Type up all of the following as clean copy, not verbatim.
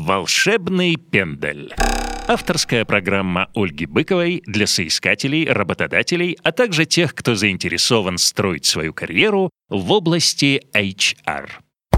Волшебный пендель. Авторская программа Ольги Быковой для соискателей, работодателей, а также тех, кто заинтересован строить свою карьеру в области HR.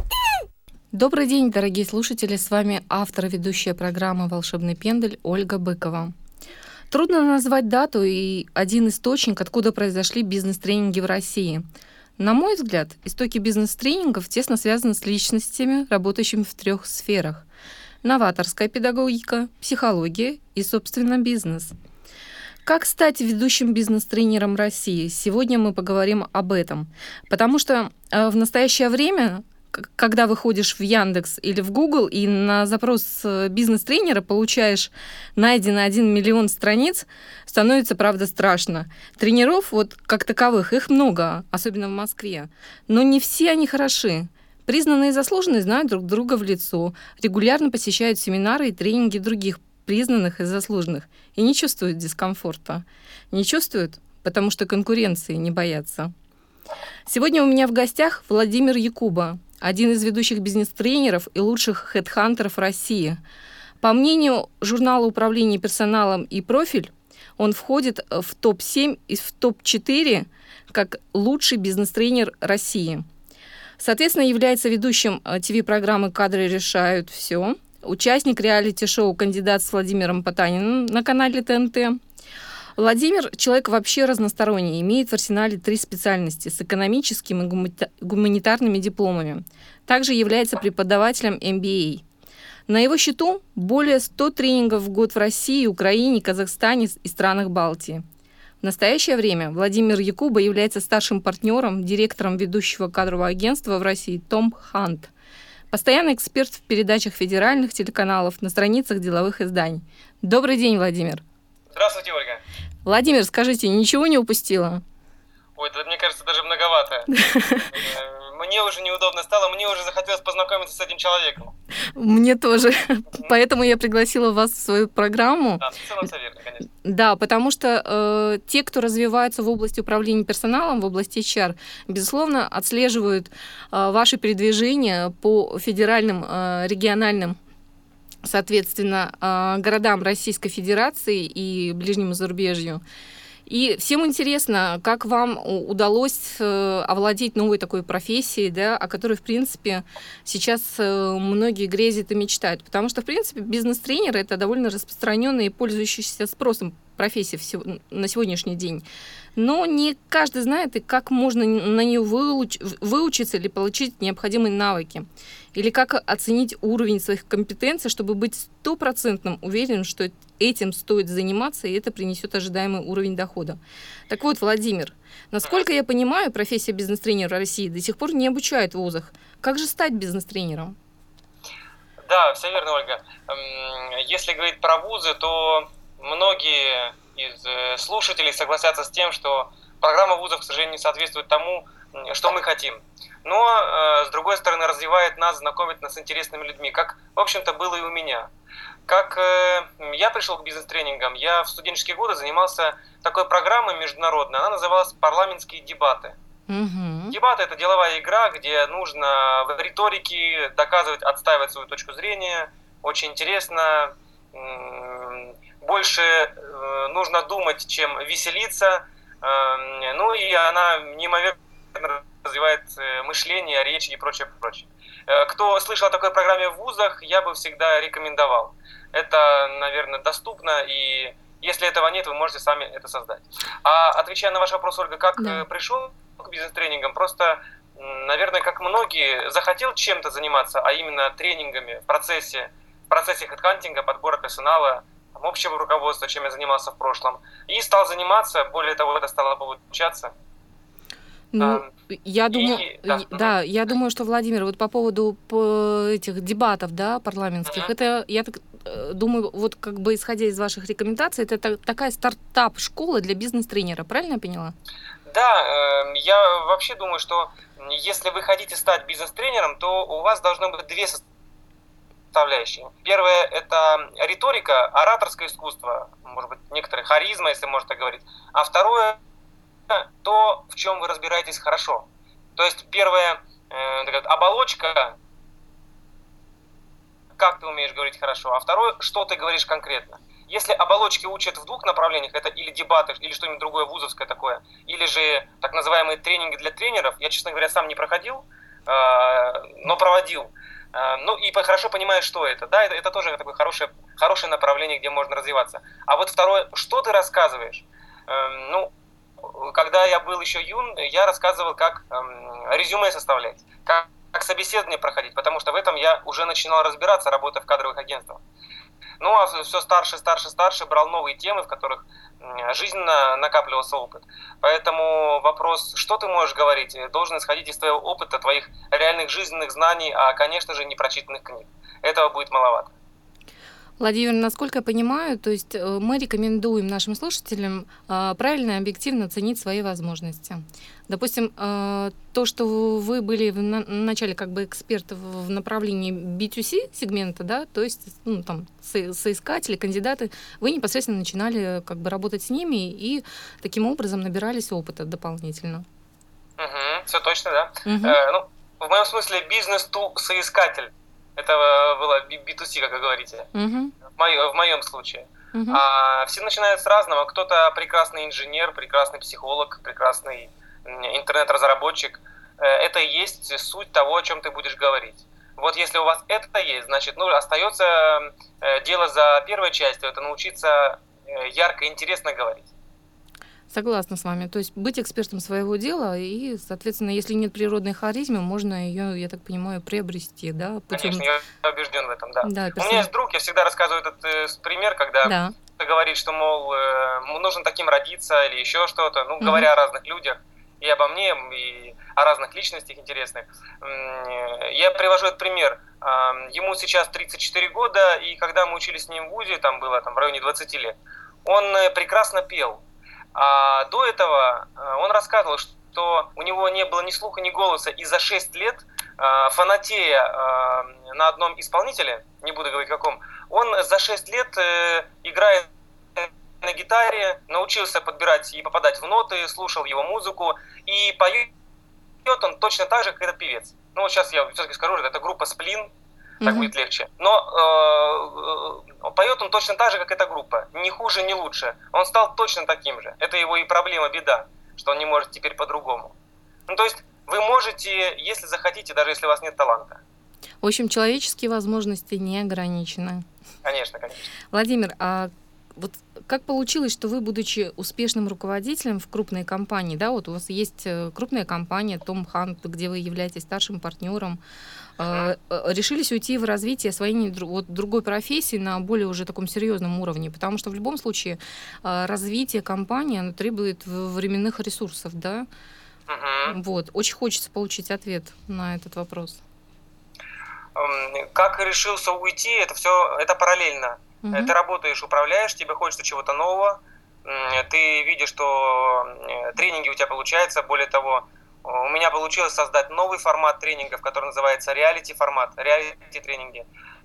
Добрый день, дорогие слушатели, с вами автор и ведущая программы «Волшебный пендель» Ольга Быкова. Трудно назвать дату и один источник, откуда произошли бизнес-тренинги в России. На мой взгляд, истоки бизнес-тренингов тесно связаны с личностями, работающими в 3 сферах: новаторская педагогика, психология и, собственно, бизнес. Как стать ведущим бизнес-тренером России? Сегодня мы поговорим об этом. Потому что в настоящее время, когда выходишь в Яндекс или в Google и на запрос бизнес-тренера получаешь найдено 1 миллион страниц, становится, правда, страшно. Тренеров, как таковых, их много, особенно в Москве. Но не все они хороши. Признанные и заслуженные знают друг друга в лицо, регулярно посещают семинары и тренинги других признанных и заслуженных и не чувствуют дискомфорта. Не чувствуют, потому что конкуренции не боятся. Сегодня у меня в гостях Владимир Якуба, один из ведущих бизнес-тренеров и лучших хедхантеров России. По мнению журнала управления персоналом и «Профиль», он входит в топ-7 и в топ-4 как лучший бизнес-тренер России. Соответственно, является ведущим ТВ-программы «Кадры решают все», участник реалити-шоу «Кандидат» с Владимиром Потаниным на канале ТНТ. Владимир – человек вообще разносторонний, имеет в арсенале 3 специальности с экономическими и гуманитарными дипломами. Также является преподавателем MBA. На его счету более 100 тренингов в год в России, Украине, Казахстане и странах Балтии. В настоящее время Владимир Якуба является старшим партнером, директором ведущего кадрового агентства в России Том Хант. Постоянный эксперт в передачах федеральных телеканалов, на страницах деловых изданий. Добрый день, Владимир. Здравствуйте, Ольга. Владимир, скажите, ничего не упустила? Ой, это, мне кажется, даже многовато. Мне уже неудобно стало, мне уже захотелось познакомиться с этим человеком. Мне тоже. Поэтому я пригласила вас в свою программу. Да, в целом советую, конечно. Да, потому что те, кто развивается в области управления персоналом, в области HR, безусловно, отслеживают ваши передвижения по федеральным, региональным, соответственно, городам Российской Федерации и ближнему зарубежью. И всем интересно, как вам удалось овладеть новой такой профессией, да, о которой, в принципе, сейчас многие грезят и мечтают. Потому что, в принципе, бизнес-тренер — это довольно распространенная и пользующаяся спросом профессия на сегодняшний день. Но не каждый знает, и как можно на нее выучиться или получить необходимые навыки. Или как оценить уровень своих компетенций, чтобы быть 100% уверенным, что этим стоит заниматься, и это принесет ожидаемый уровень дохода. Так вот, Владимир, насколько я понимаю, профессия бизнес-тренера России до сих пор не обучают в вузах. Как же стать бизнес-тренером? Да, все верно, Ольга. Если говорить про вузы, то многие из слушателей согласятся с тем, что программа вузов, к сожалению, не соответствует тому, что мы хотим. Но, с другой стороны, развивает нас, знакомит нас с интересными людьми, как, в общем-то, было и у меня. Как я пришел к бизнес-тренингам, я в студенческие годы занимался такой программой международной, она называлась «Парламентские дебаты». Дебаты – это деловая игра, где нужно в риторике доказывать, отстаивать свою точку зрения. Очень интересно. Больше нужно думать, чем веселиться. Ну и она неимоверно развивает мышление, речь и прочее, прочее. Кто слышал о такой программе в вузах, я бы всегда рекомендовал. Это, наверное, доступно, и если этого нет, вы можете сами это создать. А отвечая на ваш вопрос, Ольга, как пришел к бизнес-тренингам, просто, наверное, как многие, захотел чем-то заниматься, а именно тренингами в процессе хедхантинга, подбора персонала, общего руководства, чем я занимался в прошлом, и стал заниматься, более того, это стало получаться. Я думаю, что, Владимир, вот по поводу этих дебатов, да, парламентских, это, я так думаю, вот как бы исходя из ваших рекомендаций, это такая стартап-школа для бизнес-тренера, правильно я поняла? Да, я вообще думаю, что если вы хотите стать бизнес-тренером, то у вас должно быть 2 составляющие. Первое – это риторика, ораторское искусство, может быть, некоторая харизма, если можно так говорить. А второе – то, в чем вы разбираетесь хорошо. То есть первая оболочка, как ты умеешь говорить хорошо, а второе, что ты говоришь конкретно. Если оболочки учат в двух направлениях, это или дебаты, или что-нибудь другое вузовское такое, или же так называемые тренинги для тренеров, я, честно говоря, сам не проходил, но проводил. Ну и хорошо понимаю, что это. Да, это тоже такое хорошее направление, где можно развиваться. А вот второе, что ты рассказываешь? Ну, когда я был еще юн, я рассказывал, как резюме составлять, как собеседование проходить, потому что в этом я уже начинал разбираться, работая в кадровых агентствах. Ну, а все старше брал новые темы, в которых жизненно накапливался опыт. Поэтому вопрос, что ты можешь говорить, должен исходить из твоего опыта, твоих реальных жизненных знаний, а, конечно же, не прочитанных книг. Этого будет маловато. Владимир, насколько я понимаю, то есть мы рекомендуем нашим слушателям правильно и объективно ценить свои возможности. Допустим, то, что вы были в начале как бы эксперт в направлении B2C сегмента, да, то есть ну, там, соискатели, кандидаты, вы непосредственно начинали как бы работать с ними и таким образом набирались опыта дополнительно. Все точно, да. Ну, в моем смысле бизнес-to-соискатель. Это было B2C, как вы говорите, в моем случае. Все начинают с разного. Кто-то прекрасный инженер, прекрасный психолог, прекрасный интернет-разработчик. Это и есть суть того, о чем ты будешь говорить. Вот если у вас это есть, значит, ну, остается дело за первой частью, это научиться ярко и интересно говорить. Согласна с вами. То есть быть экспертом своего дела и, соответственно, если нет природной харизмы, можно ее, я так понимаю, приобрести, да? Конечно, я убежден в этом, да. У меня есть друг, я всегда рассказываю этот пример, когда говорит, что, мол, нужно таким родиться или еще что-то, ну, говоря о разных людях, и обо мне, и о разных личностях интересных. Я привожу этот пример. Ему сейчас 34 года, и когда мы учились с ним в вузе, там было в районе 20 лет, он прекрасно пел. А до этого он рассказывал, что у него не было ни слуха, ни голоса, и за 6 лет, фанатея на одном исполнителе, не буду говорить каком, он за 6 лет, играя на гитаре, научился подбирать и попадать в ноты, слушал его музыку, и поет он точно так же, как этот певец. Ну, вот сейчас я все-таки скажу, это группа «Сплин», так будет легче. Но поет он точно так же, как эта группа. Ни хуже, ни лучше. Он стал точно таким же. Это его и проблема, беда, что он не может теперь по-другому. Ну, то есть вы можете, если захотите, даже если у вас нет таланта. В общем, человеческие возможности не ограничены. Конечно, конечно. Владимир, а вот как получилось, что вы, будучи успешным руководителем в крупной компании, да, вот у вас есть крупная компания Том Hunt, где вы являетесь старшим партнером, решились уйти в развитие освоения другой профессии на более уже таком серьезном уровне, потому что в любом случае развитие компании, оно требует временных ресурсов, да? Вот. Очень хочется получить ответ на этот вопрос. Как решился уйти, это параллельно. Ты работаешь, управляешь, тебе хочется чего-то нового, ты видишь, что тренинги у тебя получаются, более того, у меня получилось создать новый формат тренингов, который называется реалити-формат, реалити-тренинги.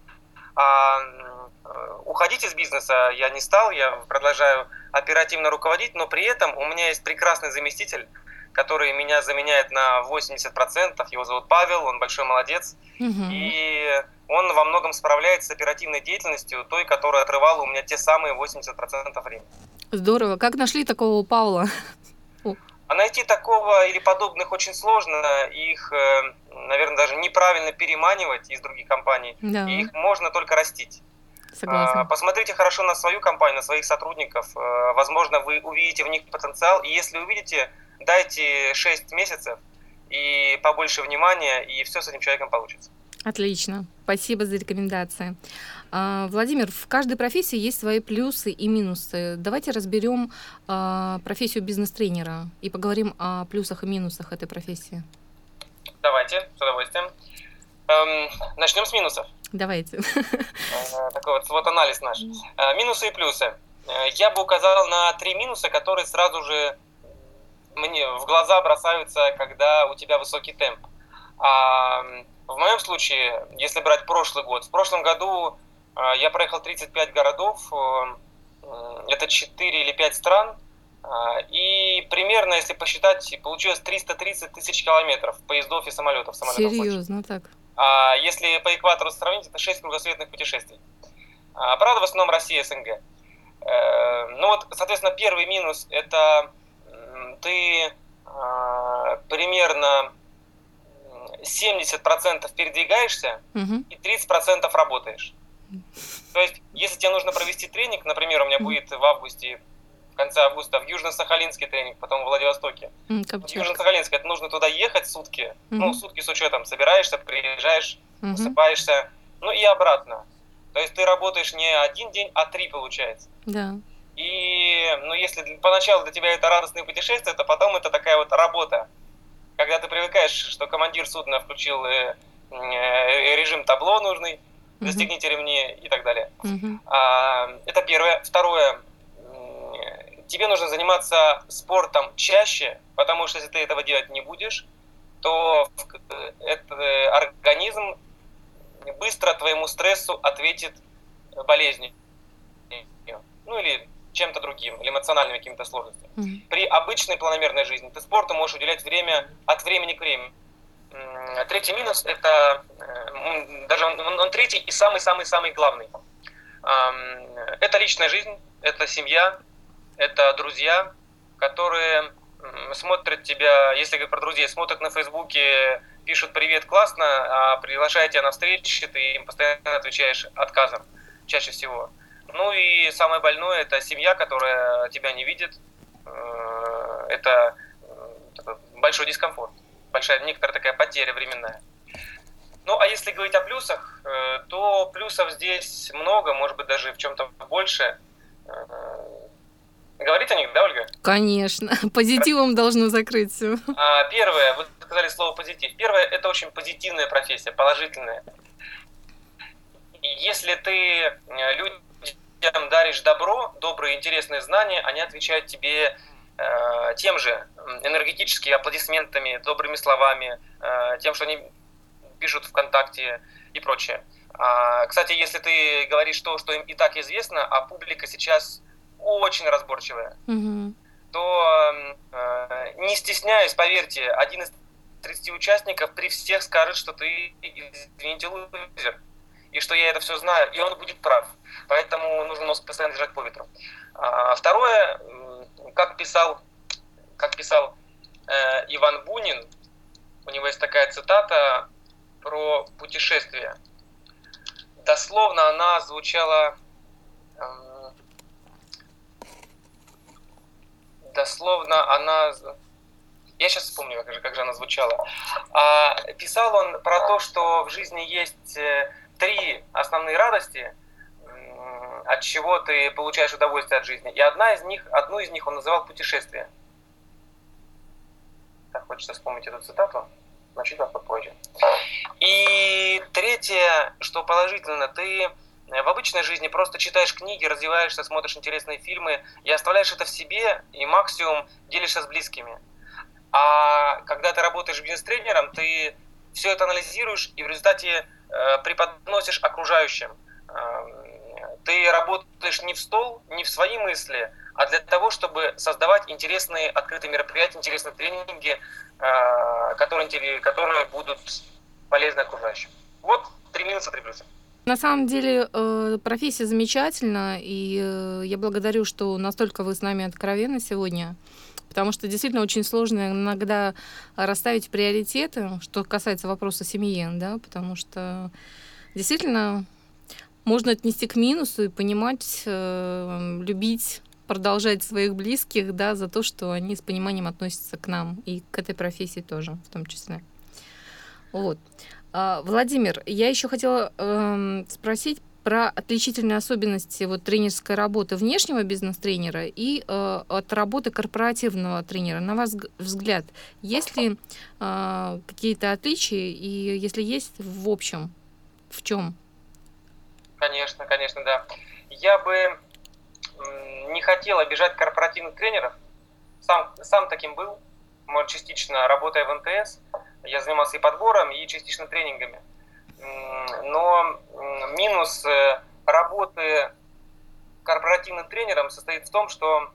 Уходить из бизнеса я не стал, я продолжаю оперативно руководить, но при этом у меня есть прекрасный заместитель, который меня заменяет на 80%, его зовут Павел, он большой молодец, и он во многом справляется с оперативной деятельностью, той, которая отрывала у меня те самые 80% времени. Здорово. Как нашли такого Павла? А найти такого или подобных очень сложно, их, наверное, даже неправильно переманивать из других компаний, и их можно только растить. Согласна. Посмотрите хорошо на свою компанию, на своих сотрудников, возможно, вы увидите в них потенциал, и если увидите, дайте 6 месяцев и побольше внимания, и все с этим человеком получится. Отлично. Спасибо за рекомендации. Владимир, в каждой профессии есть свои плюсы и минусы. Давайте разберем профессию бизнес-тренера и поговорим о плюсах и минусах этой профессии. Давайте, с удовольствием. Начнем с минусов. Давайте. Такой вот анализ наш. Минусы и плюсы. Я бы указал на 3 минуса, которые сразу же мне в глаза бросаются, когда у тебя высокий темп. В моем случае, если брать прошлый год, в прошлом году я проехал 35 городов, это 4 или 5 стран, и примерно, если посчитать, получилось 330 тысяч километров поездов и самолетов. Серьезно, так? А если по экватору сравнить, это 6 кругосветных путешествий. Правда, в основном Россия, СНГ. Ну вот, соответственно, первый минус – это ты примерно 70% передвигаешься и 30% работаешь. То есть, если тебе нужно провести тренинг, например, у меня будет в августе, в конце августа в Южно-Сахалинске тренинг, потом в Владивостоке. В Южно-Сахалинске это нужно туда ехать сутки, ну, сутки с учетом, собираешься, приезжаешь, высыпаешься, ну и обратно. То есть ты работаешь не 1 день, а 3 получается. Да. И, ну, если поначалу для тебя это радостное путешествие, то потом это такая вот работа. Когда ты привыкаешь, что командир судна включил режим табло нужный, застегните ремни и так далее. Это первое. Второе. Тебе нужно заниматься спортом чаще, потому что если ты этого делать не будешь, то организм быстро твоему стрессу ответит болезнью. Ну или чем-то другим, или эмоциональными какими-то сложностями. При обычной планомерной жизни ты спорту можешь уделять время от времени к времени. Третий минус – это, даже он третий и самый-самый-самый главный. Это личная жизнь, это семья, это друзья, которые смотрят тебя, если говорить про друзей, смотрят на Фейсбуке, пишут «Привет, классно», а приглашают тебя на встречи, ты им постоянно отвечаешь отказом, чаще всего. Ну и самое больное – это семья, которая тебя не видит. Это большой дискомфорт, некоторая такая потеря временная. Ну а если говорить о плюсах, то плюсов здесь много, может быть, даже в чем-то больше. Говорить о них, да, Ольга? Конечно. Позитивом должно закрыть все. Первое, вы сказали слово «позитив». Первое – это очень позитивная профессия, положительная. Если ты людям даришь добро, добрые, интересные знания, они отвечают тебе тем же энергетически, аплодисментами, добрыми словами, тем, что они пишут ВКонтакте и прочее. Кстати, если ты говоришь то, что им и так известно, а публика сейчас очень разборчивая, то не стесняясь, поверьте, 1 из 30 участников при всех скажет, что ты, извините, лузер, и что я это все знаю, и он будет прав. Поэтому нужно нос постоянно держать по ветру. Второе, как писал Иван Бунин, у него есть такая цитата про путешествия. Дословно она звучала... Я сейчас вспомню, как же она звучала. Писал он про то, что в жизни есть 3 основные радости, от чего ты получаешь удовольствие от жизни. И одну из них он называл путешествие. Так, хочется вспомнить эту цитату, но чуть попозже. И третье, что положительно, ты в обычной жизни просто читаешь книги, развиваешься, смотришь интересные фильмы и оставляешь это в себе, и максимум делишься с близкими. А когда ты работаешь бизнес-тренером, ты все это анализируешь и в результате преподносишь окружающим. Ты работаешь не в стол, не в свои мысли, а для того, чтобы создавать интересные открытые мероприятия, интересные тренинги, которые будут полезны окружающим. Вот 3 минуса, 3 плюса. На самом деле профессия замечательна, и я благодарю, что настолько вы с нами откровенны сегодня, потому что действительно очень сложно иногда расставить приоритеты, что касается вопроса семьи, да, потому что действительно можно отнести к минусу и понимать, любить, продолжать своих близких, да, за то, что они с пониманием относятся к нам и к этой профессии тоже, в том числе. Вот. Владимир, я еще хотела спросить про отличительные особенности вот тренерской работы внешнего бизнес-тренера и от работы корпоративного тренера. На ваш взгляд, есть ли какие-то отличия, и если есть, в общем, в чем? Конечно, да. Я бы не хотел обижать корпоративных тренеров. Сам таким был, может, частично работая в МТС. Я занимался и подбором, и частично тренингами. Но минус работы корпоративным тренером состоит в том, что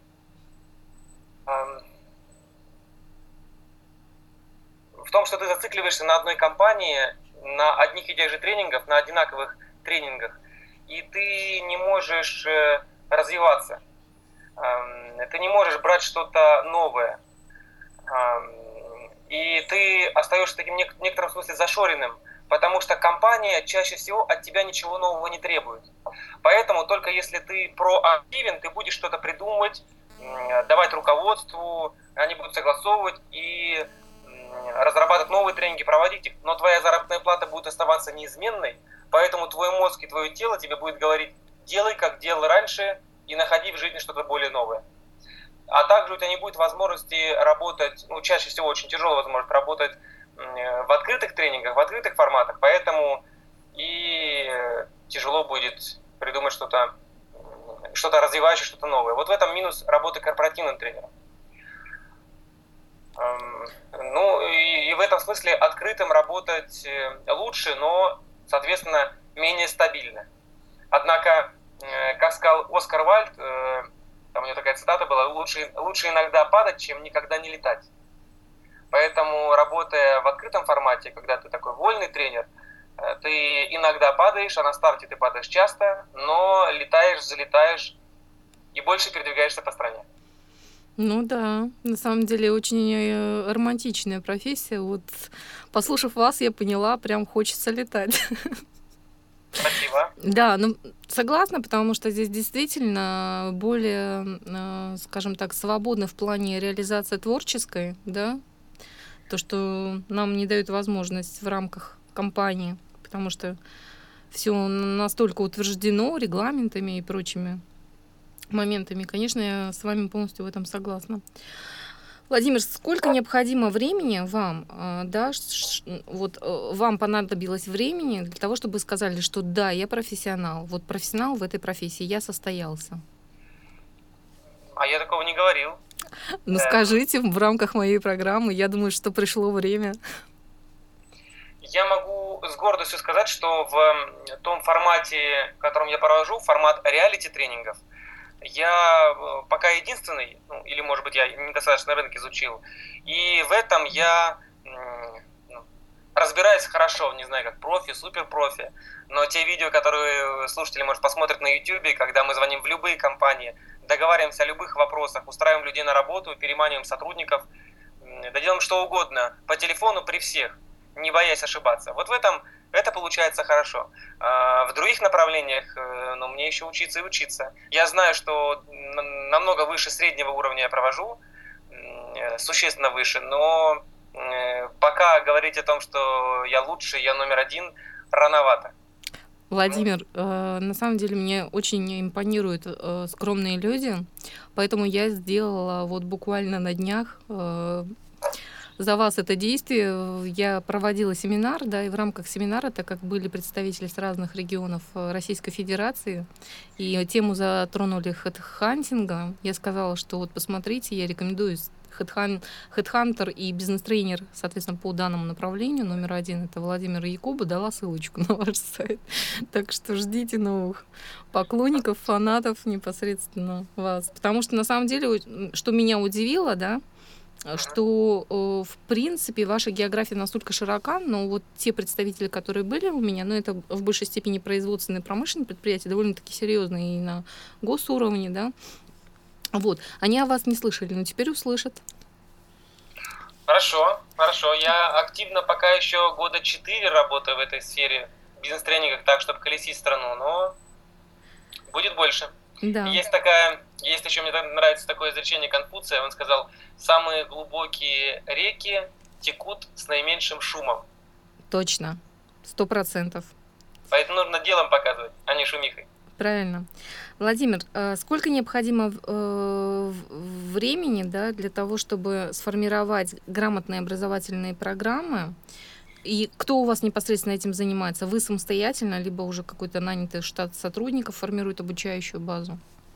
ты зацикливаешься на одной компании, на одних и тех же тренингах, на одинаковых тренингах, и ты не можешь развиваться. Ты не можешь брать что-то новое. И ты остаешься таким в некотором смысле зашоренным, потому что компания чаще всего от тебя ничего нового не требует. Поэтому только если ты проактивен, ты будешь что-то придумывать, давать руководству, они будут согласовывать и разрабатывать новые тренинги, проводить их. Но твоя заработная плата будет оставаться неизменной, поэтому твой мозг и твое тело тебе будет говорить: делай, как делал раньше, и находи в жизни что-то более новое. А также у тебя не будет возможности работать, чаще всего очень тяжело возможность работать в открытых тренингах, в открытых форматах, поэтому и тяжело будет придумать что-то развивающее, что-то новое. Вот в этом минус работы корпоративным тренером. И в этом смысле открытым работать лучше, но, соответственно, менее стабильно. Однако, как сказал Оскар Вальд, там у него такая цитата была: лучше иногда падать, чем никогда не летать. Поэтому, работая в открытом формате, когда ты такой вольный тренер, ты иногда падаешь, а на старте ты падаешь часто, но летаешь, залетаешь и больше передвигаешься по стране. Ну да, на самом деле очень романтичная профессия. Вот, послушав вас, я поняла, прям хочется летать. Спасибо. Да, согласна, потому что здесь действительно более, скажем так, свободно в плане реализации творческой, да, то, что нам не дают возможность в рамках компании, потому что все настолько утверждено регламентами и прочими моментами. Конечно, я с вами полностью в этом согласна. Владимир, сколько необходимо времени вам, вам понадобилось времени для того, чтобы вы сказали, что да, я профессионал, вот профессионал в этой профессии, я состоялся? А я такого не говорил. Скажите в рамках моей программы, я думаю, что пришло время. Я могу с гордостью сказать, что в том формате, в котором я провожу, формат реалити-тренингов, я пока единственный, или, может быть, я недостаточно рынок изучил, и в этом я разбираюсь хорошо, не знаю, как профи, суперпрофи, но те видео, которые слушатели, может, посмотрят на YouTube, когда мы звоним в любые компании, договариваемся о любых вопросах, устраиваем людей на работу, переманиваем сотрудников, да делаем что угодно, по телефону при всех, не боясь ошибаться. Вот в этом это получается хорошо. В других направлениях, мне еще учиться и учиться. Я знаю, что намного выше среднего уровня я провожу, существенно выше, но пока говорить о том, что я лучше, я номер один, рановато. Владимир, на самом деле мне очень импонируют скромные люди, поэтому я сделала вот буквально на днях за вас это действие. Я проводила семинар, да, и в рамках семинара, так как были представители с разных регионов Российской Федерации, и тему затронули хедхантинга, я сказала, что вот посмотрите, я рекомендую хедхантер и бизнес-тренер, соответственно, по данному направлению. Номер 1 — это Владимир Якуба, дала ссылочку на ваш сайт. Так что ждите новых поклонников, фанатов непосредственно вас. Потому что на самом деле, что меня удивило, да, что, в принципе, ваша география настолько широка, но вот те представители, которые были у меня, это в большей степени производственные, промышленные предприятия, довольно-таки серьезные и на госуровне, да, вот, они о вас не слышали, но теперь услышат. Хорошо. Я активно пока еще года 4 работаю в этой сфере бизнес-тренингов так, чтобы колесить страну, но будет больше. Да. Есть еще, мне нравится такое изречение Конфуция, он сказал: самые глубокие реки текут с наименьшим шумом. Точно, 100%. Поэтому нужно делом показывать, а не шумихой. Правильно. Владимир, сколько необходимо времени, да, для того, чтобы сформировать грамотные образовательные программы? И кто у вас непосредственно этим занимается? Вы самостоятельно, либо уже какой-то нанятый штат сотрудников формирует обучающую базу?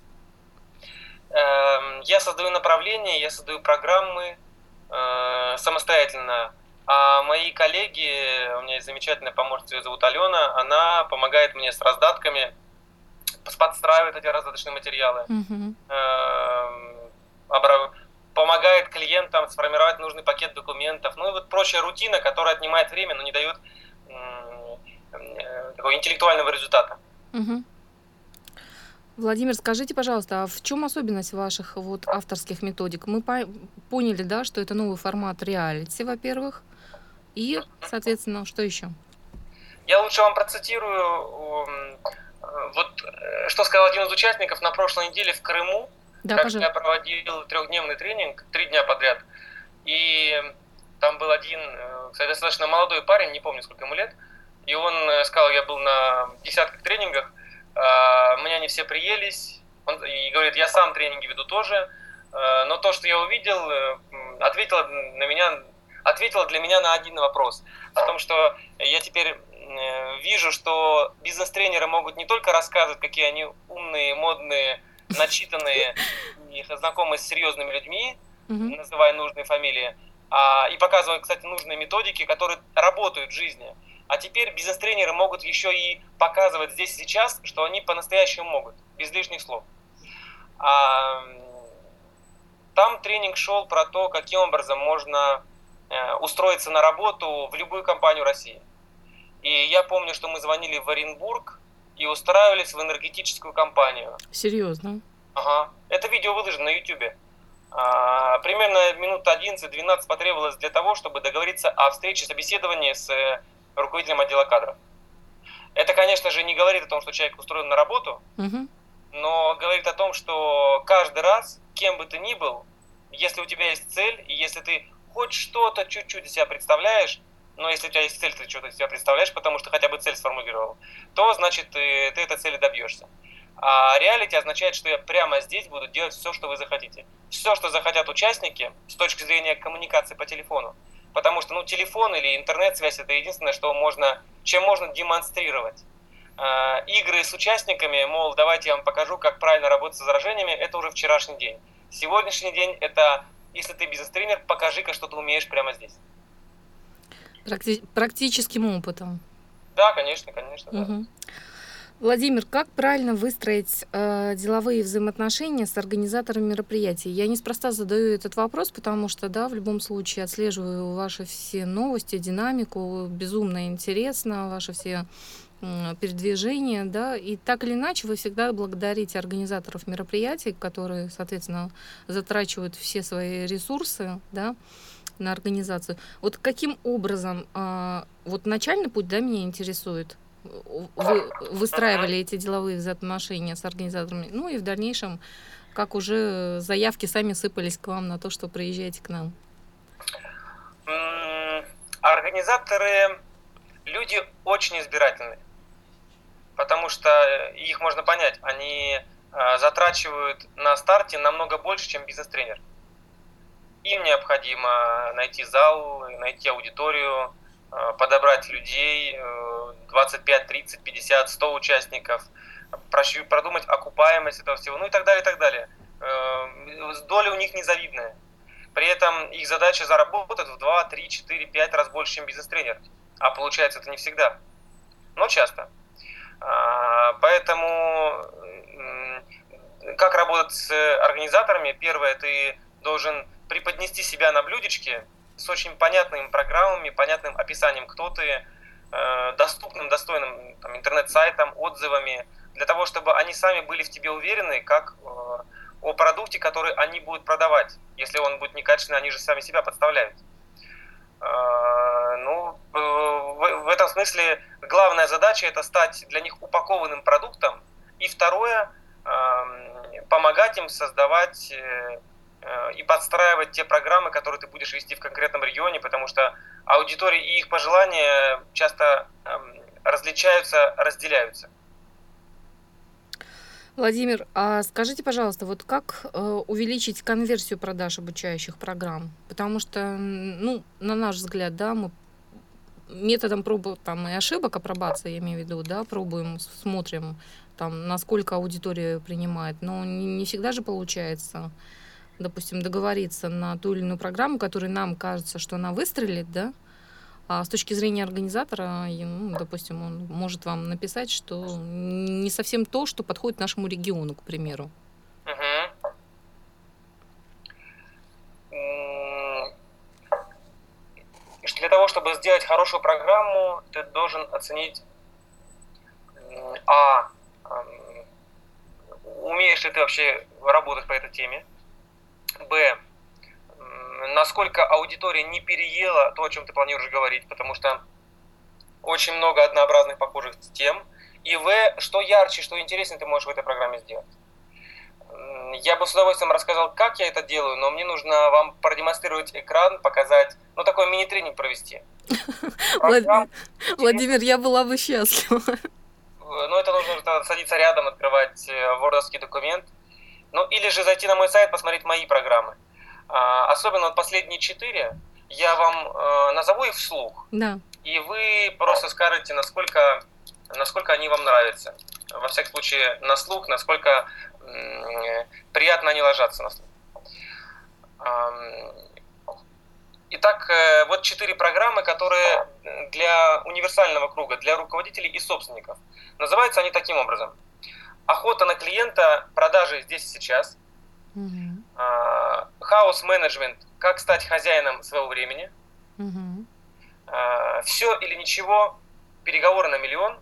Я создаю направления, я создаю программы самостоятельно. А мои коллеги, у меня есть замечательная помощница, ее зовут Алена, она помогает мне с раздатками, подстраивает эти раздаточные материалы, помогает клиентам сформировать нужный пакет документов, и вот прочая рутина, которая отнимает время, но не дает такого интеллектуального результата. Мгм. Владимир, скажите, пожалуйста, а в чем особенность ваших вот авторских методик? Мы поняли, да, что это новый формат реалити, во-первых, и, соответственно, что еще? Я лучше вам процитирую, что сказал один из участников на прошлой неделе в Крыму, Да, как пожалуйста. я проводил 3-дневный тренинг, 3 дня подряд. И там был один, кстати, достаточно молодой парень, не помню, сколько ему лет, и он сказал, я был на десятках тренингах, мне они все приелись, и говорит, я сам тренинги веду тоже, но то, что я увидел, ответило для меня на один вопрос, о том, что я теперь вижу, что бизнес-тренеры могут не только рассказывать, какие они умные, модные, начитанные и знакомые с серьезными людьми, Мгм. называя нужные фамилии, и показывают, кстати, нужные методики, которые работают в жизни. А теперь бизнес-тренеры могут еще и показывать здесь и сейчас, что они по-настоящему могут, без лишних слов. Там тренинг шел про то, каким образом можно устроиться на работу в любую компанию России. И я помню, что мы звонили в Оренбург и устраивались в энергетическую компанию. Серьезно? Ага. Это видео выложено на YouTube. Примерно минут 11-12 потребовалось для того, чтобы договориться о встрече, собеседовании с руководителем отдела кадров. Это, конечно же, не говорит о том, что человек устроен на работу, Мгм. но говорит о том, что каждый раз, кем бы ты ни был, если у тебя есть цель, и если ты хоть что-то чуть-чуть из себя представляешь, но если у тебя есть цель, ты что-то из себя представляешь, потому что хотя бы цель сформулировал, то, значит, ты этой цели добьешься. А реалити означает, что я прямо здесь буду делать все, что вы захотите. Все, что захотят участники с точки зрения коммуникации по телефону. Потому что телефон или интернет-связь – это единственное, чем можно демонстрировать. Игры с участниками, мол, давайте я вам покажу, как правильно работать с возражениями, это уже вчерашний день. Сегодняшний день – это, если ты бизнес-тренер, покажи-ка, что ты умеешь прямо здесь. Практическим опытом. Да, конечно, да. Мгм. Владимир, как правильно выстроить деловые взаимоотношения с организатором мероприятий? Я неспроста задаю этот вопрос, потому что, да, в любом случае отслеживаю ваши все новости, динамику, безумно интересно, ваши все передвижения, да, и так или иначе вы всегда благодарите организаторов мероприятий, которые, соответственно, затрачивают все свои ресурсы, да, на организацию. Вот каким образом, вот начальный путь, да, меня интересует, вы выстраивали эти деловые взаимоотношения с организаторами, ну и в дальнейшем, как уже заявки сами сыпались к вам на то, что приезжайте к нам? Организаторы люди очень избирательные, потому что их можно понять, они затрачивают на старте намного больше, чем бизнес-тренер. Им необходимо найти зал, найти аудиторию, подобрать людей, 25, 30, 50, 100 участников, продумать окупаемость этого всего, ну и так далее, и так далее. Доля у них незавидная. При этом их задача заработать в 2, 3, 4, 5 раз больше, чем бизнес-тренер. А получается это не всегда, но часто. Поэтому как работать с организаторами? Первое, ты должен преподнести себя на блюдечке с очень понятными программами, понятным описанием, кто ты, доступным, достойным интернет-сайтом, отзывами, для того, чтобы они сами были в тебе уверены, как о продукте, который они будут продавать. Если он будет некачественный, они же сами себя подставляют. В этом смысле главная задача – это стать для них упакованным продуктом. И второе – помогать им создавать и подстраивать те программы, которые ты будешь вести в конкретном регионе, потому что аудитории и их пожелания часто различаются, разделяются. Владимир, а скажите, пожалуйста, вот как увеличить конверсию продаж обучающих программ? Потому что, ну, на наш взгляд, да, мы методом проб там, и ошибок, апробации, я имею в виду, да, пробуем, смотрим, там, насколько аудитория принимает, но не всегда же получается, допустим, договориться на ту или иную программу, которая нам кажется, что она выстрелит, да, а с точки зрения организатора, допустим, он может вам написать, что не совсем то, что подходит нашему региону, к примеру. Для того, чтобы сделать хорошую программу, ты должен оценить Умеешь ли ты вообще работать по этой теме? Б. Насколько аудитория не переела то, о чем ты планируешь говорить, потому что очень много однообразных похожих тем. И В. Что ярче, что интереснее ты можешь в этой программе сделать? Я бы с удовольствием рассказал, как я это делаю, но мне нужно вам продемонстрировать экран, показать, такой мини-тренинг провести. Владимир, я была бы счастлива. Это нужно садиться рядом, открывать вордовский документ. Или же зайти на мой сайт, посмотреть мои программы. Особенно последние 4 я вам назову их вслух. Да. И вы просто скажете, насколько они вам нравятся. Во всяком случае, на слух, насколько приятно они ложатся на слух. Итак, вот 4 программы, которые для универсального круга, для руководителей и собственников. Называются они таким образом. Охота на клиента, продажи здесь и сейчас. Хаус-менеджмент, как стать хозяином своего времени. Все или ничего, переговоры на миллион.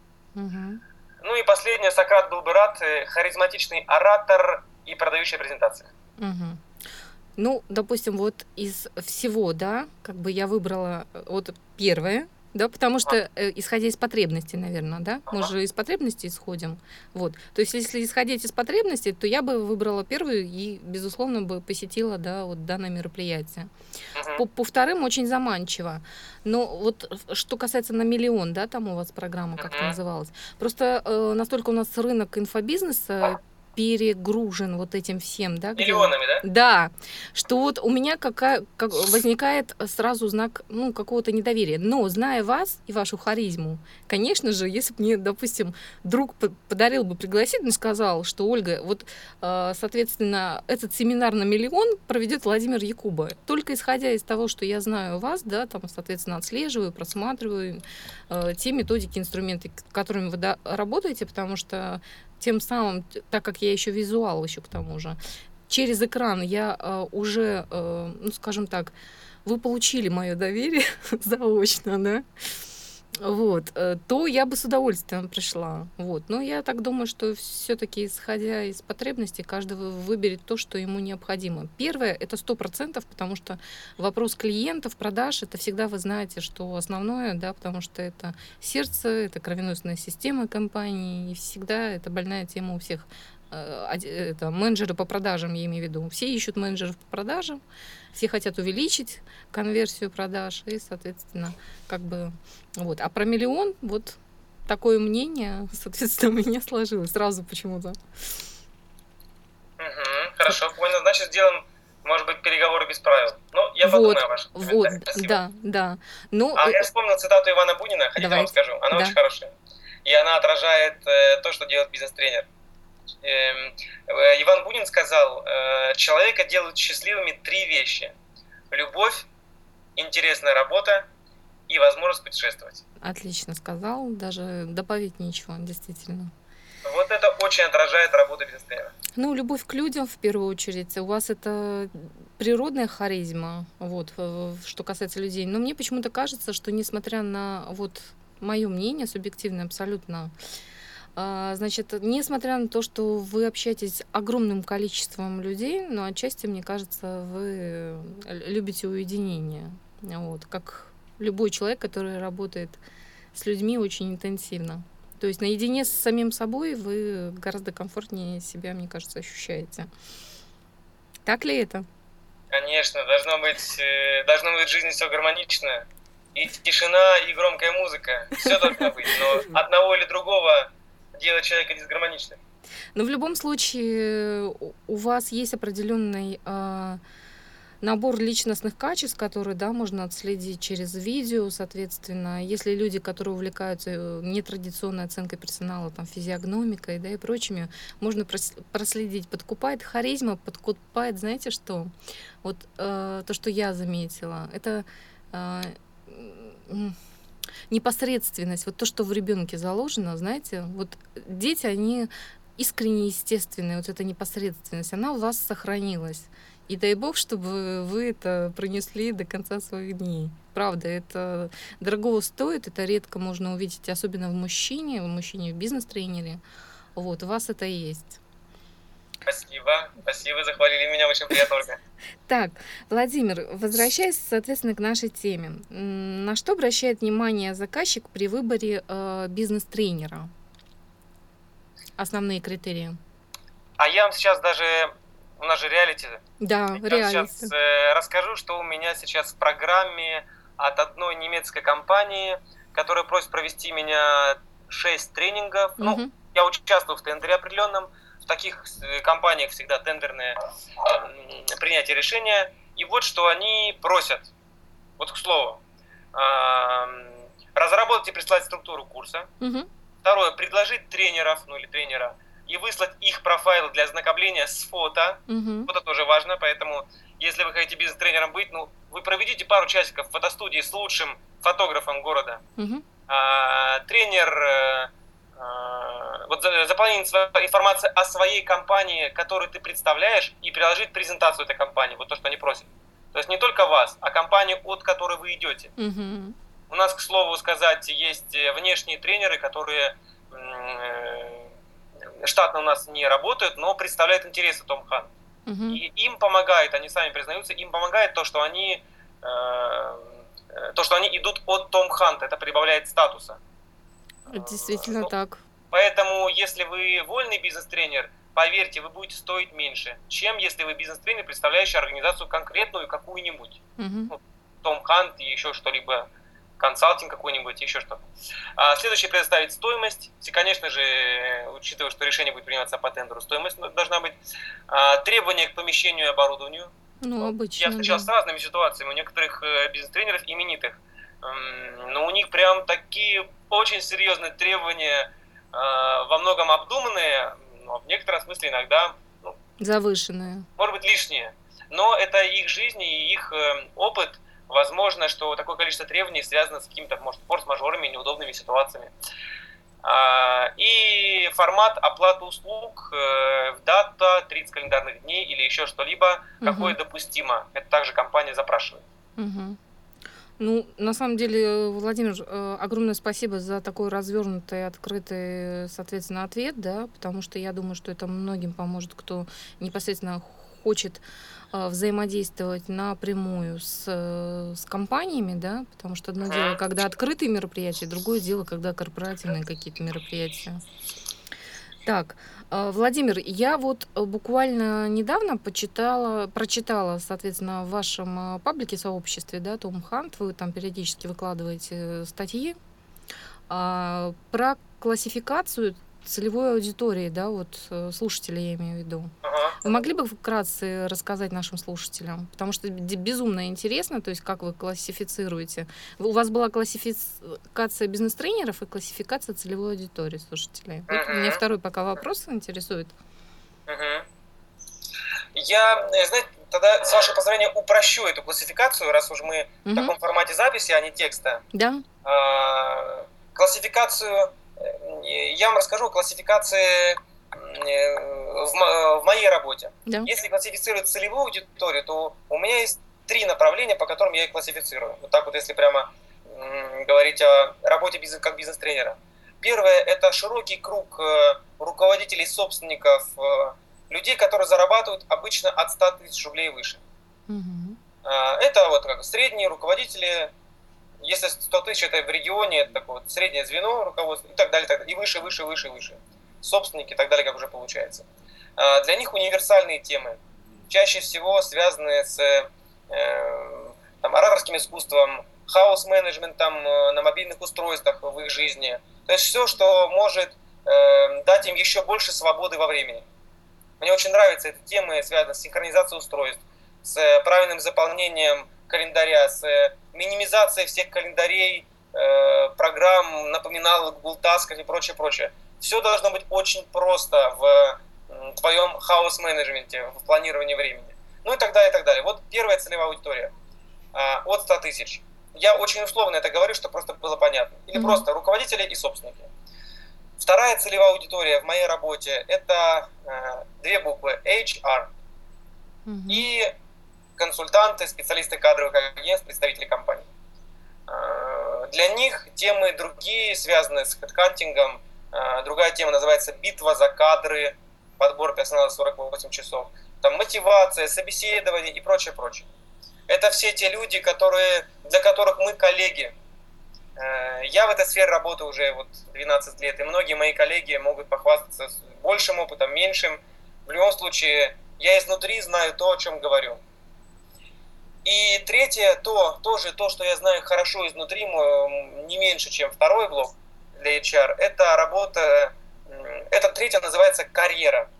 И последнее, Сократ был бы рад, харизматичный оратор и продающая презентация. Допустим, вот из всего, да, я выбрала вот первое, да, потому что, исходя из потребностей, наверное, да, мы же из потребностей исходим, вот, то есть если исходить из потребностей, то я бы выбрала первую и, безусловно, бы посетила, да, вот данное мероприятие. По вторым очень заманчиво, но вот что касается на миллион, да, там у вас программа как-то называлась, просто настолько у нас рынок инфобизнеса перегружен вот этим всем, да? Миллионами, да? Да, что вот у меня возникает сразу знак, какого-то недоверия. Но, зная вас и вашу харизму, конечно же, если бы мне, допустим, друг подарил бы пригласительный, сказал, что Ольга, вот, соответственно, этот семинар на миллион проведет Владимир Якуба. Только исходя из того, что я знаю вас, да, там, соответственно, отслеживаю, просматриваю те методики, инструменты, которыми вы работаете, потому что тем самым, так как я еще визуал еще к тому же, через экран я уже, скажем так, вы получили мое доверие заочно, да, вот, то я бы с удовольствием пришла. Вот. Но я так думаю, что все-таки, исходя из потребностей, каждый выберет то, что ему необходимо. Первое — это 100%, потому что вопрос клиентов, продаж — это всегда вы знаете, что основное, да, потому что это сердце, это кровеносная система компании, и всегда это больная тема у всех. Это менеджеры по продажам, я имею в виду. Все ищут менеджеров по продажам, все хотят увеличить конверсию продаж, и, соответственно, вот. А про миллион, вот такое мнение, соответственно, у меня сложилось сразу почему-то. Хорошо, понял. Значит, сделаем, может быть, переговоры без правил. Я подумаю о вашем комментарии. Спасибо. Да. Я вспомнил цитату Ивана Бунина, хотите, вам скажу. Она очень хорошая. И она отражает то, что делает бизнес-тренер. Иван Бунин сказал, человека делают счастливыми 3 вещи: любовь, интересная работа и возможность путешествовать. Отлично сказал, даже добавить нечего, действительно. Вот это очень отражает работу бизнес-тренера. Любовь к людям в первую очередь. У вас это природная харизма, вот, что касается людей. Но мне почему-то кажется, что несмотря на вот мое мнение, субъективное абсолютно, значит, несмотря на то, что вы общаетесь с огромным количеством людей, но отчасти, мне кажется, вы любите уединение. Вот, как любой человек, который работает с людьми очень интенсивно. То есть наедине с самим собой вы гораздо комфортнее себя, мне кажется, ощущаете. Так ли это? Конечно, должно быть в жизни все гармонично. И тишина, и громкая музыка. Все должно быть. Но одного или другого делать человека дисгармоничным. Но в любом случае у вас есть определенный набор личностных качеств, которые, да, можно отследить через видео, соответственно. Если люди, которые увлекаются нетрадиционной оценкой персонала, там, физиогномикой, да, и прочими, можно проследить. Подкупает харизма, подкупает, знаете что? Вот то, что я заметила, это непосредственность, вот то, что в ребенке заложено, знаете, вот дети, они искренне естественные, вот эта непосредственность, она у вас сохранилась. И дай бог, чтобы вы это пронесли до конца своих дней. Правда, это дорого стоит, это редко можно увидеть, особенно в мужчине в бизнес-тренере. Вот, у вас это есть. Спасибо, захвалили меня, очень приятно, Ольга. Так, Владимир, возвращаясь, соответственно, к нашей теме. На что обращает внимание заказчик при выборе бизнес-тренера? Основные критерии. А я вам сейчас у нас же реалити. Да, Я реалити. сейчас расскажу, что у меня сейчас в программе от одной немецкой компании, которая просит провести меня 6 тренингов. Ну, я участвую в тендере определенном. В таких компаниях всегда тендерное принятие решения. И вот что они просят. Вот к слову. Разработать и прислать структуру курса. Второе. Предложить тренеров, или тренера, и выслать их профайлы для ознакомления с фото. Это тоже важно, поэтому если вы хотите бизнес-тренером быть, вы проведите пару часиков в фотостудии с лучшим фотографом города. Тренер заполнить информацию о своей компании, которую ты представляешь, и приложить презентацию этой компании, вот то, что они просят. То есть не только вас, а компанию, от которой вы идете. У нас, к слову сказать, есть внешние тренеры, которые штатно у нас не работают, но представляют интересы Том Хант. И им помогает, они сами признаются, им помогает то, что они идут от Том Хант, это прибавляет статуса. Действительно так. Поэтому, если вы вольный бизнес-тренер, поверьте, вы будете стоить меньше, чем если вы бизнес-тренер, представляющий организацию конкретную, какую-нибудь. Том Хант и еще что-либо, консалтинг какой-нибудь, еще что-то. Следующее, предоставить стоимость. И, конечно же, учитывая, что решение будет приниматься по тендеру, стоимость должна быть. Требования к помещению и оборудованию. Обычно. Я встречался с разными ситуациями. У некоторых бизнес-тренеров именитых, но у них прям такие очень серьезные требования, во многом обдуманные, но в некотором смысле иногда завышенные. Может быть, лишние. Но это их жизнь и их опыт. Возможно, что такое количество требований связано с какими-то, может, форс-мажорами, неудобными ситуациями. И формат оплаты услуг, дата, 30 календарных дней или еще что-либо, какое допустимо. Это также компания запрашивает. На самом деле, Владимир, огромное спасибо за такой развернутый, открытый, соответственно, ответ, да, потому что я думаю, что это многим поможет, кто непосредственно хочет взаимодействовать напрямую с компаниями, да, потому что одно дело, когда открытые мероприятия, другое дело, когда корпоративные какие-то мероприятия. Так, Владимир, я вот буквально недавно прочитала, соответственно, в вашем паблике, сообществе, да, Том Хант, вы там периодически выкладываете статьи про классификацию целевой аудитории, да, вот слушателей я имею в виду. Вы могли бы вкратце рассказать нашим слушателям? Потому что безумно интересно, то есть как вы классифицируете. У вас была классификация бизнес-тренеров и классификация целевой аудитории слушателей. Вот меня второй пока вопрос интересует. Я, знаете, тогда, с вашего позволения, упрощу эту классификацию, раз уж мы в таком формате записи, а не текста. Да. Классификацию, я вам расскажу о классификации в моей работе. Да. Если классифицировать целевую аудиторию, то у меня есть 3 направления, по которым я их классифицирую. Вот так вот, если прямо говорить о работе как бизнес-тренера. Первое – это широкий круг руководителей, собственников, людей, которые зарабатывают обычно от 100 тысяч рублей и выше. Это вот как средние руководители. Если 100 тысяч это в регионе, это такое вот среднее звено руководства и так далее, и выше, выше, выше, выше. Собственники и так далее, как уже получается. Для них универсальные темы, чаще всего связанные с ораторским искусством, хаос-менеджментом на мобильных устройствах в их жизни. То есть все, что может дать им еще больше свободы во времени. Мне очень нравятся эти темы, связанные с синхронизацией устройств, с правильным заполнением календаря, с минимизацией всех календарей, программ, напоминалок, бултасков и прочее, прочее. Все должно быть очень просто в твоем хаос-менеджменте, в планировании времени. Ну и так далее, и так далее. Вот первая целевая аудитория от 100 тысяч. Я очень условно это говорю, чтобы просто было понятно. Или просто руководители и собственники. Вторая целевая аудитория в моей работе – это 2 буквы HR. и консультанты, специалисты кадровых агентств, представители компаний. Для них темы другие, связанные с хедхантингом. Другая тема называется «Битва за кадры», подбор персонала 48 часов. Там мотивация, собеседование и прочее, прочее. Это все те люди, для которых мы коллеги. Я в этой сфере работаю уже 12 лет, и многие мои коллеги могут похвастаться большим опытом, меньшим. В любом случае, я изнутри знаю то, о чем говорю. И третье, то, что я знаю хорошо изнутри, не меньше, чем второй блок для HR, это работа, это третье называется карьера.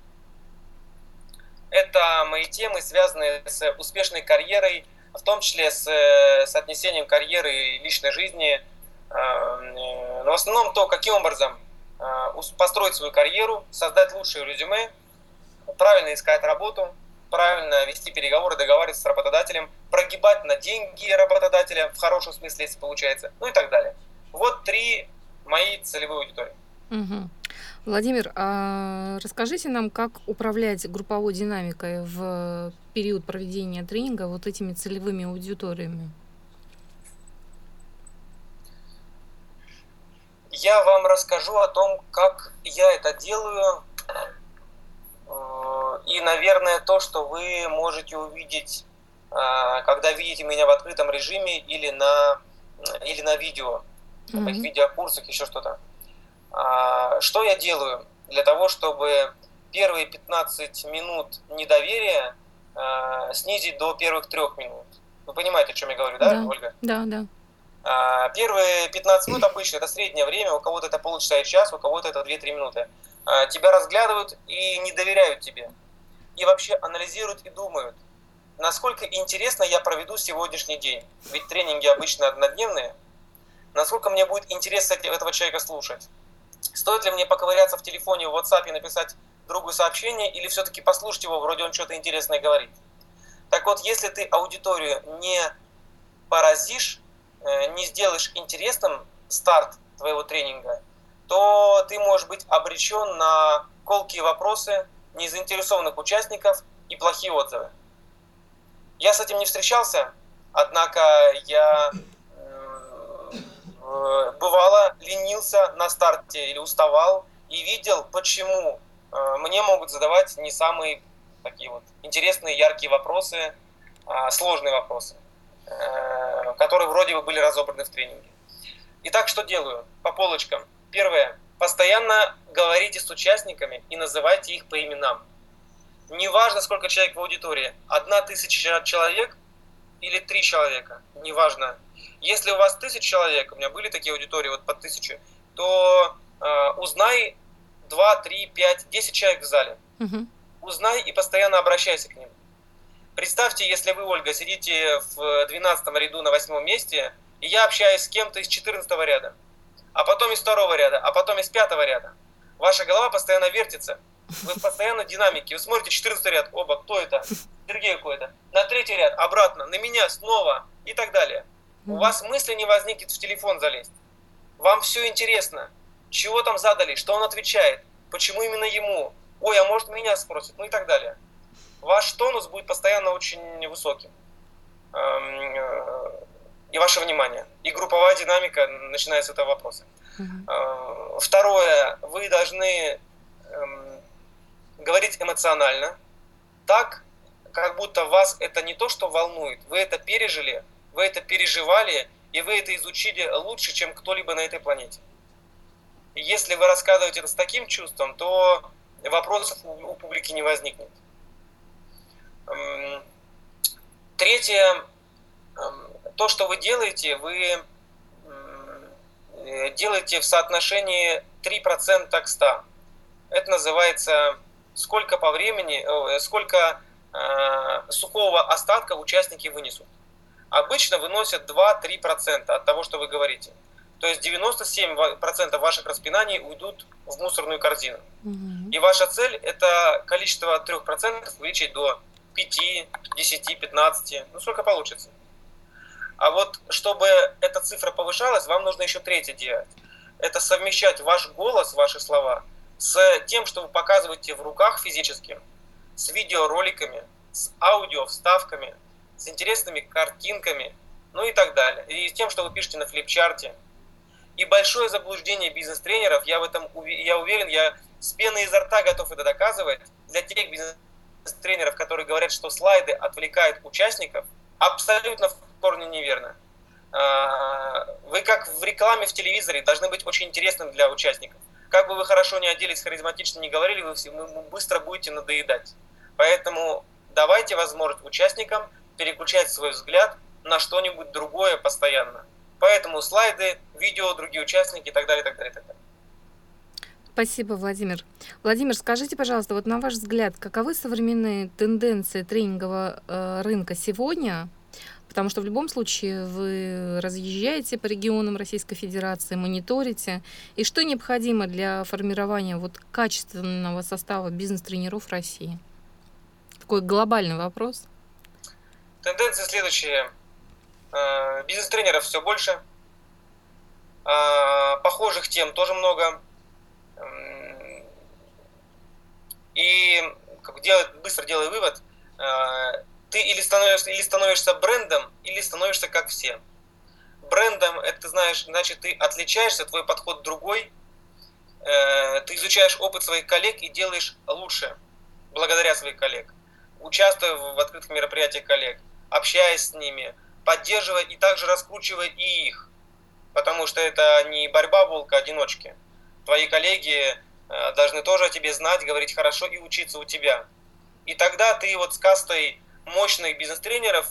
Это мои темы, связанные с успешной карьерой, в том числе с соотнесением карьеры и личной жизни. Но в основном то, каким образом построить свою карьеру, создать лучшее резюме, правильно искать работу, правильно вести переговоры, договариваться с работодателем, прогибать на деньги работодателя, в хорошем смысле, если получается, ну и так далее. Вот 3 мои целевые аудитории. Владимир, а расскажите нам, как управлять групповой динамикой в период проведения тренинга вот этими целевыми аудиториями? Я вам расскажу о том, как я это делаю, и, наверное, то, что вы можете увидеть, когда видите меня в открытом режиме или на видео, на моих видеокурсах, еще что-то. Что я делаю для того, чтобы первые 15 минут недоверия снизить до первых 3 минут? Вы понимаете, о чем я говорю, да, Ольга? Да. Первые 15 минут обычно это среднее время, у кого-то это полчаса и час, у кого-то это 2-3 минуты. Тебя разглядывают и не доверяют тебе. И вообще анализируют и думают, насколько интересно я проведу сегодняшний день. Ведь тренинги обычно однодневные. Насколько мне будет интересно этого человека слушать. Стоит ли мне поковыряться в телефоне, в WhatsApp и написать другу сообщение, или все-таки послушать его, вроде он что-то интересное говорит. Так вот, если ты аудиторию не поразишь, не сделаешь интересным старт твоего тренинга, то ты можешь быть обречен на колкие вопросы, незаинтересованных участников и плохие отзывы. Я с этим не встречался, однако я бывало ленился на старте или уставал и видел, почему мне могут задавать не самые такие интересные, яркие вопросы, сложные вопросы, которые вроде бы были разобраны в тренинге. Итак, что делаю? По полочкам. Первое. Постоянно говорите с участниками и называйте их по именам. Неважно, сколько человек в аудитории. 1000 человек или 3 человека. Неважно. Если у вас 1000 человек, у меня были такие аудитории по 1000, то узнай 2, 3, 5, 10 человек в зале. Узнай и постоянно обращайся к ним. Представьте, если вы, Ольга, сидите в 12 ряду на 8 месте, и я общаюсь с кем-то из 14 ряда, а потом из 2 ряда, а потом из 5 ряда. Ваша голова постоянно вертится. Вы в постоянной динамике. Вы смотрите 14 ряд, оба, кто это? Сергей какой-то. На 3 ряд, обратно, на меня снова и так далее. У вас мысли не возникнет в телефон залезть. Вам все интересно. Чего там задали, что он отвечает, почему именно ему. Ой, а может меня спросят, ну и так далее. Ваш тонус будет постоянно очень высоким. И ваше внимание. И групповая динамика начинается с этого вопроса. Второе. Вы должны говорить эмоционально. Так, как будто вас это не то, что волнует. Вы это пережили, вы это переживали, и вы это изучили лучше, чем кто-либо на этой планете. И если вы рассказываете это с таким чувством, то вопросов у публики не возникнет. Третье. То, что вы делаете в соотношении 3% к 100. Это называется сколько по времени, сколько сухого остатка участники вынесут. Обычно выносят 2-3% от того, что вы говорите. То есть 97% ваших распинаний уйдут в мусорную корзину. И ваша цель – это количество 3% увеличить до 5, 10, 15, ну сколько получится. А вот чтобы эта цифра повышалась, вам нужно еще третье делать. Это совмещать ваш голос, ваши слова с тем, что вы показываете в руках физически, с видеороликами, с аудио вставками, с интересными картинками, ну и так далее. И с тем, что вы пишете на флипчарте. И большое заблуждение бизнес-тренеров, я уверен, я с пеной изо рта готов это доказывать, для тех бизнес-тренеров, которые говорят, что слайды отвлекают участников, абсолютно в корне неверно. Вы, как в рекламе в телевизоре, должны быть очень интересным для участников. Как бы вы хорошо не оделись, харизматично не говорили, вы быстро будете надоедать. Поэтому давайте возможность участникам переключать свой взгляд на что-нибудь другое постоянно. Поэтому слайды, видео, другие участники и так далее, и так далее, и так далее. Спасибо, Владимир. Владимир, скажите, пожалуйста, вот на ваш взгляд, каковы современные тенденции тренингового рынка сегодня? Потому что в любом случае вы разъезжаете по регионам Российской Федерации, мониторите. И что необходимо для формирования вот качественного состава бизнес-тренеров России? Такой глобальный вопрос. Тенденции следующие. Бизнес-тренеров все больше. Похожих тем тоже много. И быстро делаю вывод. Ты или становишься брендом, или становишься как все. Брендом, это ты знаешь, значит, ты отличаешься, твой подход другой. Ты изучаешь опыт своих коллег и делаешь лучше, благодаря своих коллег. Участвуя в открытых мероприятиях коллег, общаясь с ними, поддерживая и также раскручивая и их. Потому что это не борьба волка-одиночки. Твои коллеги должны тоже о тебе знать, говорить хорошо и учиться у тебя. И тогда ты вот с кастой мощных бизнес-тренеров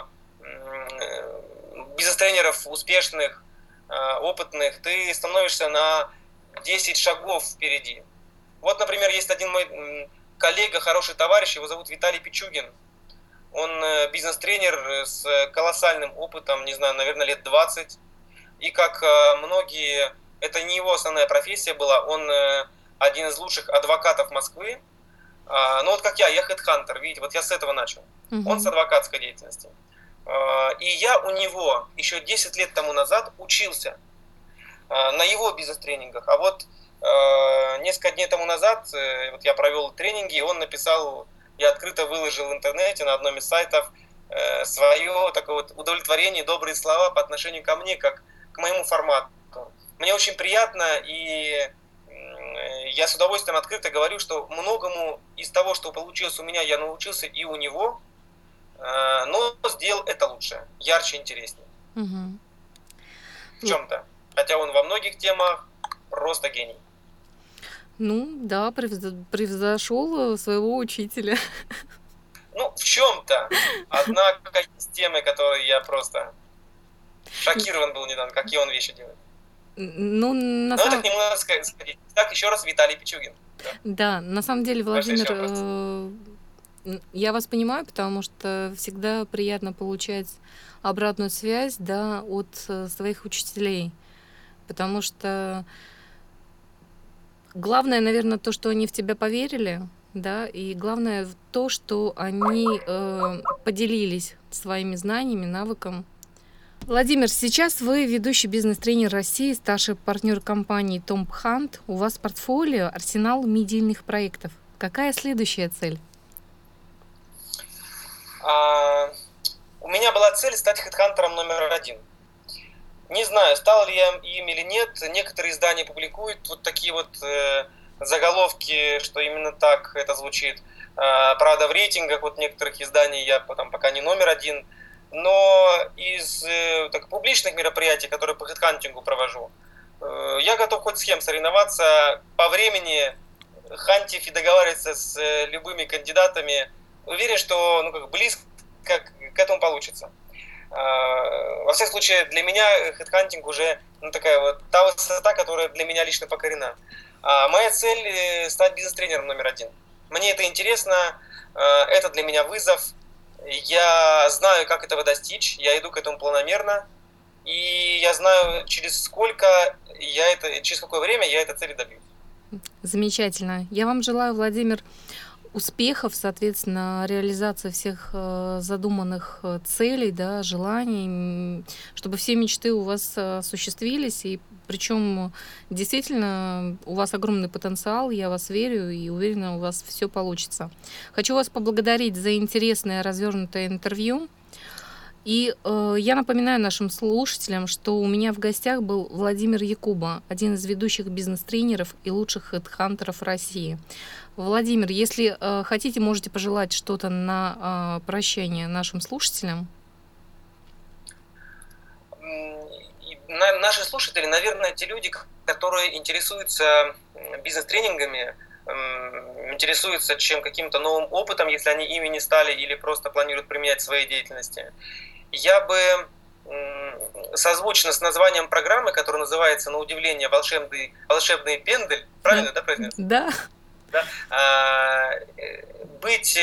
успешных, опытных, ты становишься на 10 шагов впереди. Вот, например, есть один мой коллега, хороший товарищ, его зовут Виталий Пичугин. Он бизнес-тренер с колоссальным опытом, не знаю, наверное, лет 20. И как многие, это не его основная профессия была, он один из лучших адвокатов Москвы. Ну вот как я хедхантер, видите, вот я с этого начал. Он с адвокатской деятельности. И я у него еще 10 лет тому назад учился на его бизнес-тренингах. А вот несколько дней тому назад вот я провел тренинги, и он написал, я открыто выложил в интернете на одном из сайтов свое такое вот удовлетворение, добрые слова по отношению ко мне, как к моему формату. Мне очень приятно, и я с удовольствием открыто говорю, что многому из того, что получилось у меня, я научился и у него, но сделал это лучше, ярче, интереснее. В чем-то. Хотя он во многих темах просто гений. Ну, да, превзошел своего учителя. Ну, в чем-то. Однако есть темы, которые я просто шокирован был недавно, какие он вещи делает. Ну, Но это к нему надо сходить. Так, еще раз Виталий Пичугин. Да, на самом деле, Владимир, я вас понимаю, потому что всегда приятно получать обратную связь, да, от своих учителей. Потому что главное, наверное, то, что они в тебя поверили, да, и главное то, что они поделились своими знаниями, навыком. Владимир, сейчас вы ведущий бизнес-тренер России, старший партнер компании Tom Hunt. У вас в портфолио арсенал медийных проектов. Какая следующая цель? У меня была цель стать хедхантером номер 1. Не знаю, стал ли я им или нет. Некоторые издания публикуют вот такие вот заголовки, что именно так это звучит. Правда, в рейтингах вот некоторых изданий я там пока не номер 1. Но из публичных мероприятий, которые по хедхантингу провожу, я готов хоть с кем соревноваться по времени, хантив и договариваться с любыми кандидатами. Уверен, что близко к этому получится. Во всяком случае, для меня хедхантинг уже такая вот та высота, которая для меня лично покорена. Моя цель стать бизнес-тренером номер 1. Мне это интересно, это для меня вызов. Я знаю, как этого достичь, я иду к этому планомерно, и я знаю, через какое время я этой цели добьюсь. Замечательно. Я вам желаю, Владимир, успехов, соответственно, реализация всех задуманных целей, да, желаний, чтобы все мечты у вас осуществились, и причем действительно у вас огромный потенциал, я вас верю и уверена, у вас все получится. Хочу вас поблагодарить за интересное развернутое интервью. И я напоминаю нашим слушателям, что у меня в гостях был Владимир Якуба, один из ведущих бизнес-тренеров и лучших хедхантеров России. Владимир, если хотите, можете пожелать что-то на прощание нашим слушателям. Наши слушатели, наверное, те люди, которые интересуются бизнес-тренингами, интересуются каким-то новым опытом, если они ими не стали или просто планируют применять в своей деятельности. Я бы созвучно с названием программы, которая называется, на удивление, «Волшебный пендель», правильно, да, произнес? Да. Быть,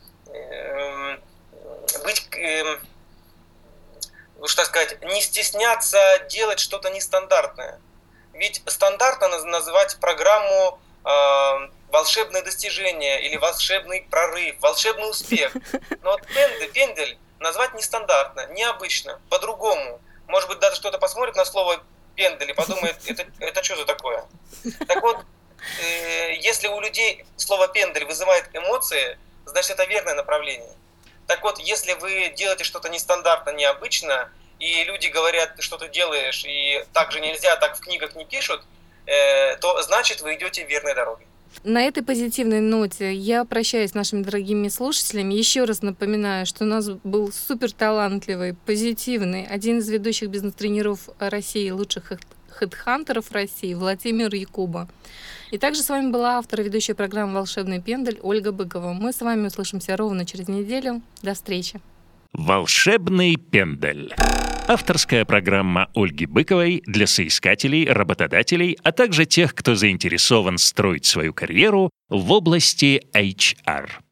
что сказать, не стесняться делать что-то нестандартное. Ведь стандартно называть программу волшебное достижение или волшебный прорыв, волшебный успех. Но вот пендель назвать нестандартно, необычно, по-другому. Может быть, даже кто-то посмотрит на слово пендель и подумает, это что за такое? Так вот, если у людей слово пендель вызывает эмоции, значит, это верное направление. Так вот, если вы делаете что-то нестандартно, необычно, и люди говорят, что ты делаешь, и так же нельзя, так в книгах не пишут, то значит, вы идете верной дорогой. На этой позитивной ноте я прощаюсь с нашими дорогими слушателями. Еще раз напоминаю, что у нас был супер талантливый, позитивный, один из ведущих бизнес-тренеров России, лучших хедхантеров России, Владимир Якуба. И также с вами была автор и ведущая программы «Волшебный пендель» Ольга Быкова. Мы с вами услышимся ровно через неделю. До встречи. «Волшебный пендель». Авторская программа Ольги Быковой для соискателей, работодателей, а также тех, кто заинтересован строить свою карьеру в области HR.